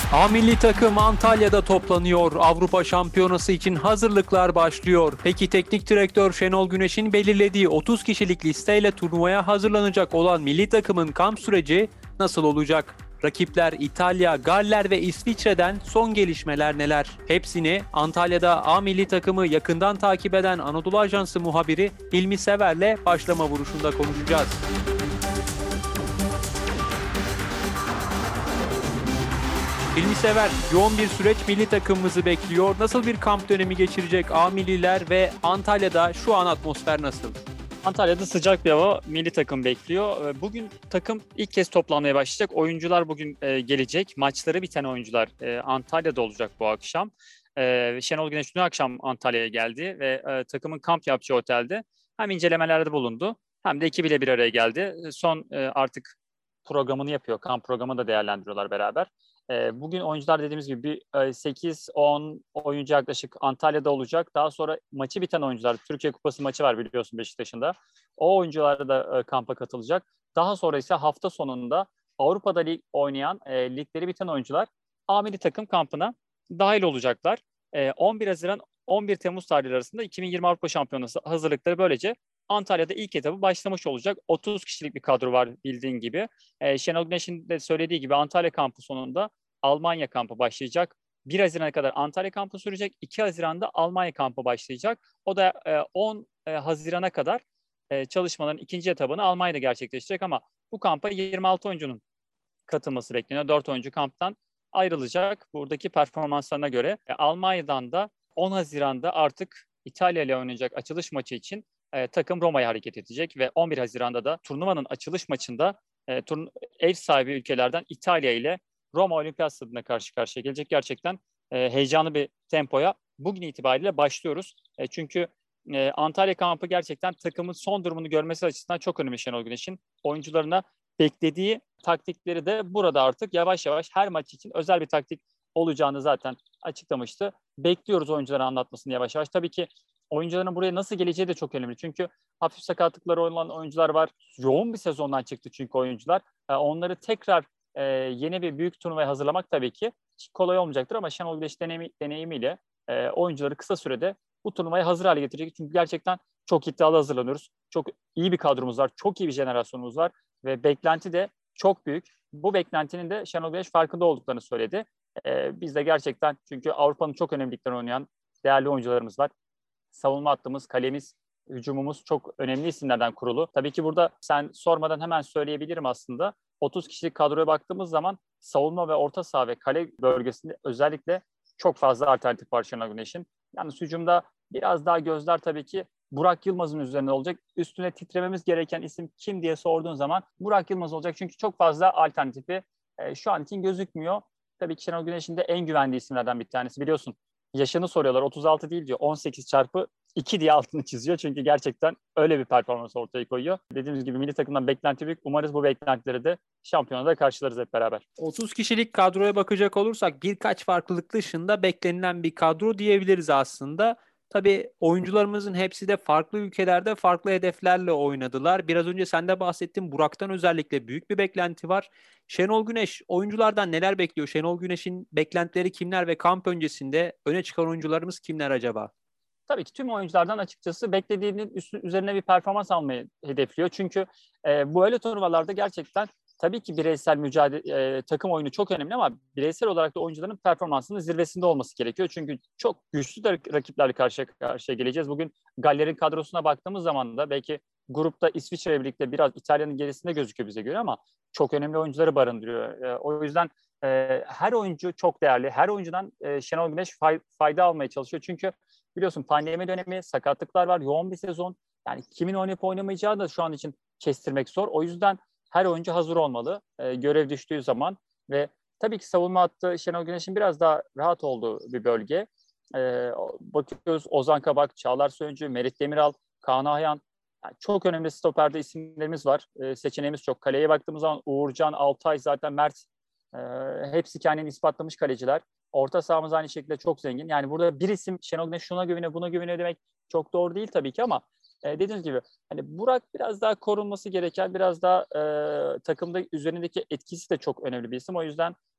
A milli takım Antalya'da toplanıyor. Avrupa Şampiyonası için hazırlıklar başlıyor. Peki teknik direktör Şenol Güneş'in belirlediği 30 kişilik listeyle turnuvaya hazırlanacak olan milli takımın kamp süreci nasıl olacak? Rakipler İtalya, Galler ve İsviçre'den son gelişmeler neler? Hepsini Antalya'da A milli takımı yakından takip eden Anadolu Ajansı muhabiri Hilmi Sever'le başlama vuruşunda konuşacağız. Hilmi Sever, yoğun bir süreç milli takımımızı bekliyor. Nasıl bir kamp dönemi geçirecek A milliler ve Antalya'da şu an atmosfer nasıl? Antalya'da sıcak bir hava milli takım bekliyor. Bugün takım ilk kez toplanmaya başlayacak. Oyuncular bugün gelecek. Maçları biten oyuncular Antalya'da olacak bu akşam. Şenol Güneş dün akşam Antalya'ya geldi ve takımın kamp yapacağı otelde hem incelemelerde bulundu hem de ekibiyle bir araya geldi. Son artık programını yapıyor. Kamp programını da değerlendiriyorlar beraber. Bugün oyuncular dediğimiz gibi bir 8-10 oyuncu yaklaşık Antalya'da olacak. Daha sonra maçı biten oyuncular, Türkiye Kupası maçı var biliyorsun Beşiktaş'ın da. O oyuncular da kampa katılacak. Daha sonra ise hafta sonunda Avrupa'da oynayan ligleri biten oyuncular A milli takım kampına dahil olacaklar. 11 Haziran 11 Temmuz tarihleri arasında 2020 Avrupa Şampiyonası hazırlıkları böylece Antalya'da ilk etabı başlamış olacak. 30 kişilik bir kadro var bildiğin gibi. Şenol Güneş'in de söylediği gibi Antalya kampı sonunda Almanya kampı başlayacak. 1 Haziran'a kadar Antalya kampı sürecek. 2 Haziran'da Almanya kampı başlayacak. O da 10 Haziran'a kadar çalışmaların ikinci etabını Almanya'da gerçekleştirecek ama bu kampa 26 oyuncunun katılması bekleniyor. 4 oyuncu kamptan ayrılacak. Buradaki performanslarına göre Almanya'dan da 10 Haziran'da artık İtalya ile oynayacak açılış maçı için takım Roma'ya hareket edecek ve 11 Haziran'da da turnuvanın açılış maçında ev sahibi ülkelerden İtalya ile Roma Olimpiyat Stadı'na karşı karşıya gelecek. Gerçekten heyecanlı bir tempoya bugün itibariyle başlıyoruz. Çünkü Antalya kampı gerçekten takımın son durumunu görmesi açısından çok önemli Şenol Güneş'in. Oyuncularına beklediği taktikleri de burada artık yavaş yavaş her maç için özel bir taktik olacağını zaten açıklamıştı. Bekliyoruz oyunculara anlatmasını yavaş yavaş. Tabii ki oyuncuların buraya nasıl geleceği de çok önemli. Çünkü hafif sakatlıkları olan oyuncular var. Yoğun bir sezondan çıktı çünkü oyuncular. Onları tekrar yeni bir büyük turnuvaya hazırlamak tabii ki kolay olmayacaktır ama Şenol Güneş deneyimiyle oyuncuları kısa sürede bu turnuvaya hazır hale getirecek. Çünkü gerçekten çok iddialı hazırlanıyoruz. Çok iyi bir kadromuz var. Çok iyi bir jenerasyonumuz var. Ve beklenti de çok büyük. Bu beklentinin de Şenol Güneş farkında olduklarını söyledi. Biz de gerçekten çünkü Avrupa'nın çok önemli liglerinde oynayan değerli oyuncularımız var. Savunma hattımız, kalemiz, hücumumuz çok önemli isimlerden kurulu. Tabii ki burada sen sormadan hemen söyleyebilirim aslında. 30 kişilik kadroya baktığımız zaman savunma ve orta saha ve kale bölgesinde özellikle çok fazla alternatif var Şenol Güneş'in. Yalnız hücumda biraz daha gözler tabii ki Burak Yılmaz'ın üzerinde olacak. Üstüne titrememiz gereken isim kim diye sorduğun zaman Burak Yılmaz olacak. Çünkü çok fazla alternatifi şu an için gözükmüyor. Tabii ki Şenol Güneş'in de en güvendiği isimlerden bir tanesi biliyorsun. Yaşını soruyorlar 36 değil diyor 18 çarpı 2 diye altını çiziyor. Çünkü gerçekten öyle bir performans ortaya koyuyor. Dediğimiz gibi milli takımdan beklenti büyük. Umarız bu beklentileri de şampiyonada karşılarız hep beraber. 30 kişilik kadroya bakacak olursak birkaç farklılık dışında beklenilen bir kadro diyebiliriz aslında. Tabii oyuncularımızın hepsi de farklı ülkelerde farklı hedeflerle oynadılar. Biraz önce sen de bahsettin, Burak'tan özellikle büyük bir beklenti var. Şenol Güneş oyunculardan neler bekliyor? Şenol Güneş'in beklentileri kimler ve kamp öncesinde öne çıkan oyuncularımız kimler acaba? Tabii ki tüm oyunculardan açıkçası beklediğinin üzerine bir performans almayı hedefliyor. Çünkü bu öyle turnuvalarda gerçekten tabii ki bireysel mücadele, takım oyunu çok önemli ama bireysel olarak da oyuncuların performansının zirvesinde olması gerekiyor. Çünkü çok güçlü de rakiplerle karşı karşıya geleceğiz. Bugün Galler'in kadrosuna baktığımız zaman da belki grupta İsviçre ile birlikte biraz İtalya'nın gerisinde gözüküyor bize göre ama çok önemli oyuncuları barındırıyor. O yüzden her oyuncu çok değerli. Her oyuncudan Şenol Güneş fayda almaya çalışıyor. Çünkü biliyorsun pandemi dönemi, sakatlıklar var, yoğun bir sezon. Yani kimin oynayıp oynamayacağı da şu an için kestirmek zor. O yüzden her oyuncu hazır olmalı görev düştüğü zaman. Ve tabii ki savunma hattı Şenol Güneş'in biraz daha rahat olduğu bir bölge. Bakıyoruz Ozan Kabak, Çağlar Söyüncü, Merit Demiral, Kaan Ayhan. Yani çok önemli stoperde isimlerimiz var. Seçeneğimiz çok. Kaleye baktığımız zaman Uğurcan, Altay, zaten Mert. E, Hepsi kendini ispatlamış kaleciler. Orta sahamız aynı şekilde çok zengin. Yani burada bir isim Şenol Güneş şuna güveniyor, buna güveniyor demek çok doğru değil tabii ki ama dediğiniz gibi hani Burak biraz daha korunması gereken, biraz daha takımda üzerindeki etkisi de çok önemli bir isim. O yüzden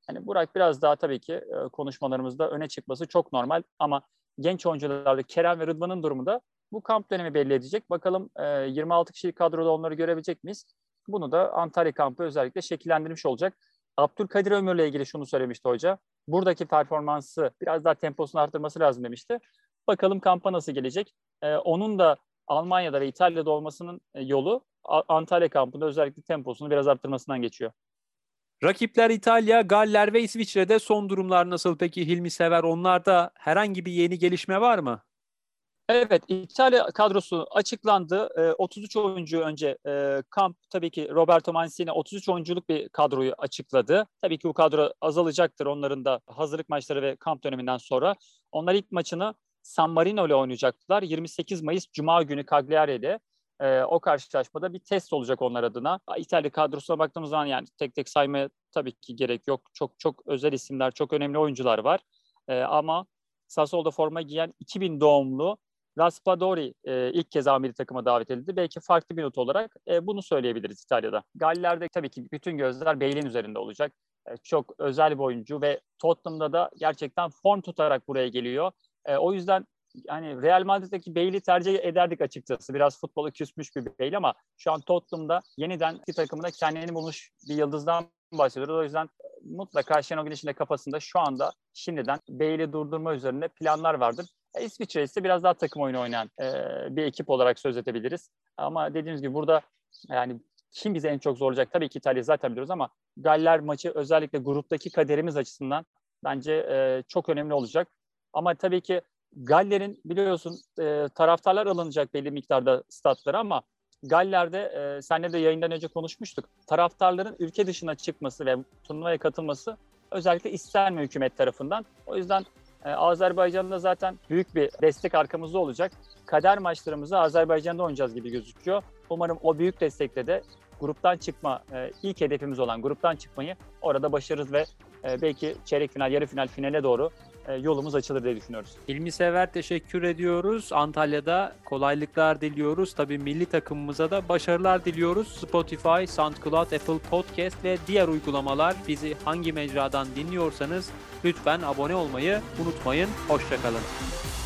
Hani Burak biraz daha tabii ki konuşmalarımızda öne çıkması çok normal ama genç oyuncularda Kerem ve Rıdvan'ın durumu da bu kamp dönemi belli edecek. Bakalım 26 kişilik kadroda onları görebilecek miyiz? Bunu da Antalya kampı özellikle şekillendirmiş olacak. Abdülkadir Ömür'le ilgili şunu söylemişti hoca. Buradaki performansı biraz daha temposunu arttırması lazım demişti. Bakalım kampa nasıl gelecek? Onun da Almanya'da ve İtalya'da olmasının yolu Antalya kampında özellikle temposunu biraz arttırmasından geçiyor. Rakipler İtalya, Galler ve İsviçre'de son durumlar nasıl peki Hilmi Sever? Onlarda herhangi bir yeni gelişme var mı? Evet, İtalya kadrosu açıklandı. 33 oyuncu önce kamp tabii ki Roberto Mancini 33 oyunculuk bir kadroyu açıkladı. Tabii ki bu kadro azalacaktır onların da hazırlık maçları ve kamp döneminden sonra. Onlar ilk maçını San Marino ile oynayacaklar. 28 Mayıs Cuma günü Cagliari'de. O karşılaşmada bir test olacak onlar adına. İtalya kadrosuna baktığımız zaman yani tek tek saymaya tabii ki gerek yok. Çok çok özel isimler, çok önemli oyuncular var. Ama Sassuolo'da forma giyen 2000 doğumlu Raspadori ilk kez milli takıma davet edildi. Belki farklı bir not olarak bunu söyleyebiliriz İtalya'da. Galler'de tabii ki bütün gözler Bale'in üzerinde olacak. Çok özel bir oyuncu ve Tottenham'da da gerçekten form tutarak buraya geliyor. O yüzden yani Real Madrid'deki Bale'i tercih ederdik açıkçası. Biraz futbola küsmüş bir Bale ama şu an Tottenham'da yeniden bir takımında kendini bulmuş bir yıldızdan bahsediyoruz. O yüzden mutlaka Şenol Güneş'in de kafasında şu anda şimdiden Bale'i durdurma üzerine planlar vardır. İsviçre ise biraz daha takım oyunu oynayan bir ekip olarak söz edebiliriz. Ama dediğimiz gibi burada yani kim bizi en çok zorlayacak? Tabii ki İtalya zaten biliyoruz ama Galler maçı özellikle gruptaki kaderimiz açısından bence çok önemli olacak. Ama tabii ki Galler'in biliyorsun taraftarlar alınacak belli miktarda statlara ama Galler'de seninle de yayından önce konuşmuştuk. Taraftarların ülke dışına çıkması ve turnuvaya katılması özellikle istenmiyor hükümet tarafından. O yüzden Azerbaycan'da zaten büyük bir destek arkamızda olacak. Kader maçlarımızı Azerbaycan'da oynayacağız gibi gözüküyor. Umarım o büyük destekle de gruptan çıkma, ilk hedefimiz olan gruptan çıkmayı orada başarırız ve belki çeyrek final, yarı final, finale doğru yolumuz açılır diye düşünüyoruz. Hilmi Sever teşekkür ediyoruz. Antalya'da kolaylıklar diliyoruz. Tabii milli takımımıza da başarılar diliyoruz. Spotify, SoundCloud, Apple Podcast ve diğer uygulamalar bizi hangi mecradan dinliyorsanız lütfen abone olmayı unutmayın. Hoşça kalın.